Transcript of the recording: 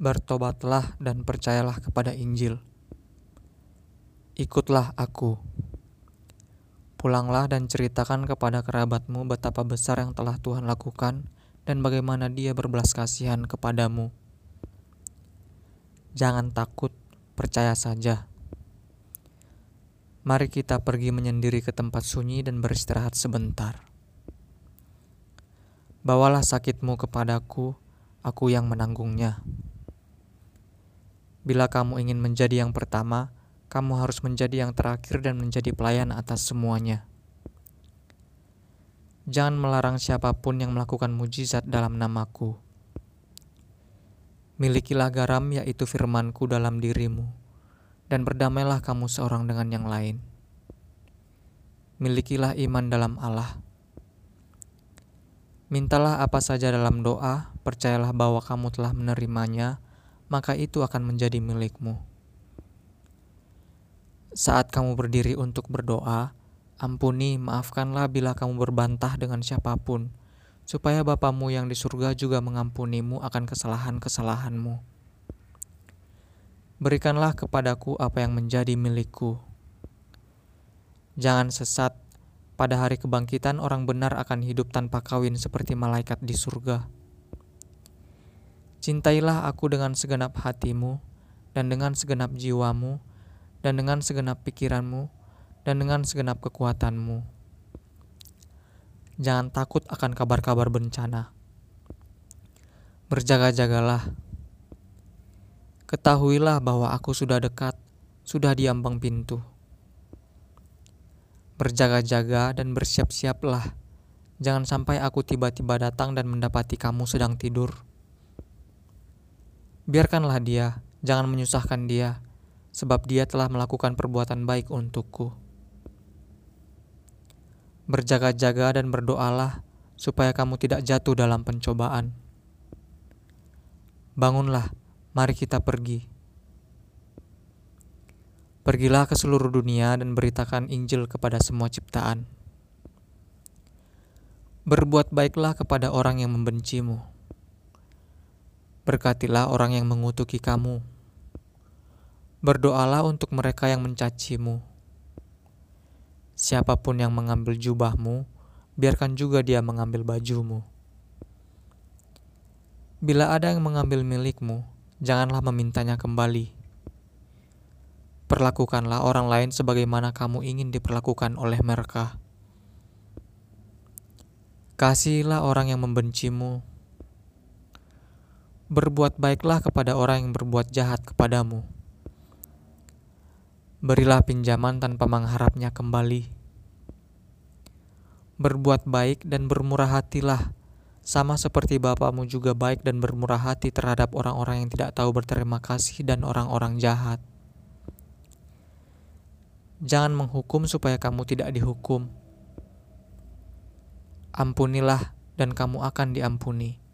Bertobatlah dan percayalah kepada Injil. Ikutlah aku. Pulanglah dan ceritakan kepada kerabatmu betapa besar yang telah Tuhan lakukan dan bagaimana Dia berbelas kasihan kepadamu. Jangan takut, percaya saja. Mari kita pergi menyendiri ke tempat sunyi dan beristirahat sebentar. Bawalah sakitmu kepadaku, aku yang menanggungnya. Bila kamu ingin menjadi yang pertama, kamu harus menjadi yang terakhir dan menjadi pelayan atas semuanya. Jangan melarang siapapun yang melakukan mujizat dalam namaku. Milikilah garam, yaitu firmanku dalam dirimu, dan berdamailah kamu seorang dengan yang lain. Milikilah iman dalam Allah. Mintalah apa saja dalam doa, percayalah bahwa kamu telah menerimanya, maka itu akan menjadi milikmu. Saat kamu berdiri untuk berdoa, ampuni, maafkanlah bila kamu berbantah dengan siapapun, supaya Bapamu yang di surga juga mengampunimu akan kesalahan-kesalahanmu. Berikanlah kepadaku apa yang menjadi milikku. Jangan sesat, pada hari kebangkitan orang benar akan hidup tanpa kawin seperti malaikat di surga. Cintailah aku dengan segenap hatimu, dan dengan segenap jiwamu, dan dengan segenap pikiranmu, dan dengan segenap kekuatanmu. Jangan takut akan kabar-kabar bencana. Berjaga-jagalah. Ketahuilah bahwa aku sudah dekat, sudah di ambang pintu. Berjaga-jaga dan bersiap-siaplah. Jangan sampai aku tiba-tiba datang dan mendapati kamu sedang tidur. Biarkanlah dia, jangan menyusahkan dia, sebab dia telah melakukan perbuatan baik untukku. Berjaga-jaga dan berdoalah, supaya kamu tidak jatuh dalam pencobaan. Bangunlah, mari kita pergi. Pergilah ke seluruh dunia dan beritakan Injil kepada semua ciptaan. Berbuat baiklah kepada orang yang membencimu. Berkatilah orang yang mengutuki kamu. Berdoalah untuk mereka yang mencacimu. Siapapun yang mengambil jubahmu, biarkan juga dia mengambil bajumu. Bila ada yang mengambil milikmu, janganlah memintanya kembali. Perlakukanlah orang lain sebagaimana kamu ingin diperlakukan oleh mereka. Kasihilah orang yang membencimu. Berbuat baiklah kepada orang yang berbuat jahat kepadamu. Berilah pinjaman tanpa mengharapnya kembali. Berbuat baik dan bermurah hatilah, sama seperti Bapamu juga baik dan bermurah hati terhadap orang-orang yang tidak tahu berterima kasih dan orang-orang jahat. Jangan menghukum supaya kamu tidak dihukum. Ampunilah dan kamu akan diampuni.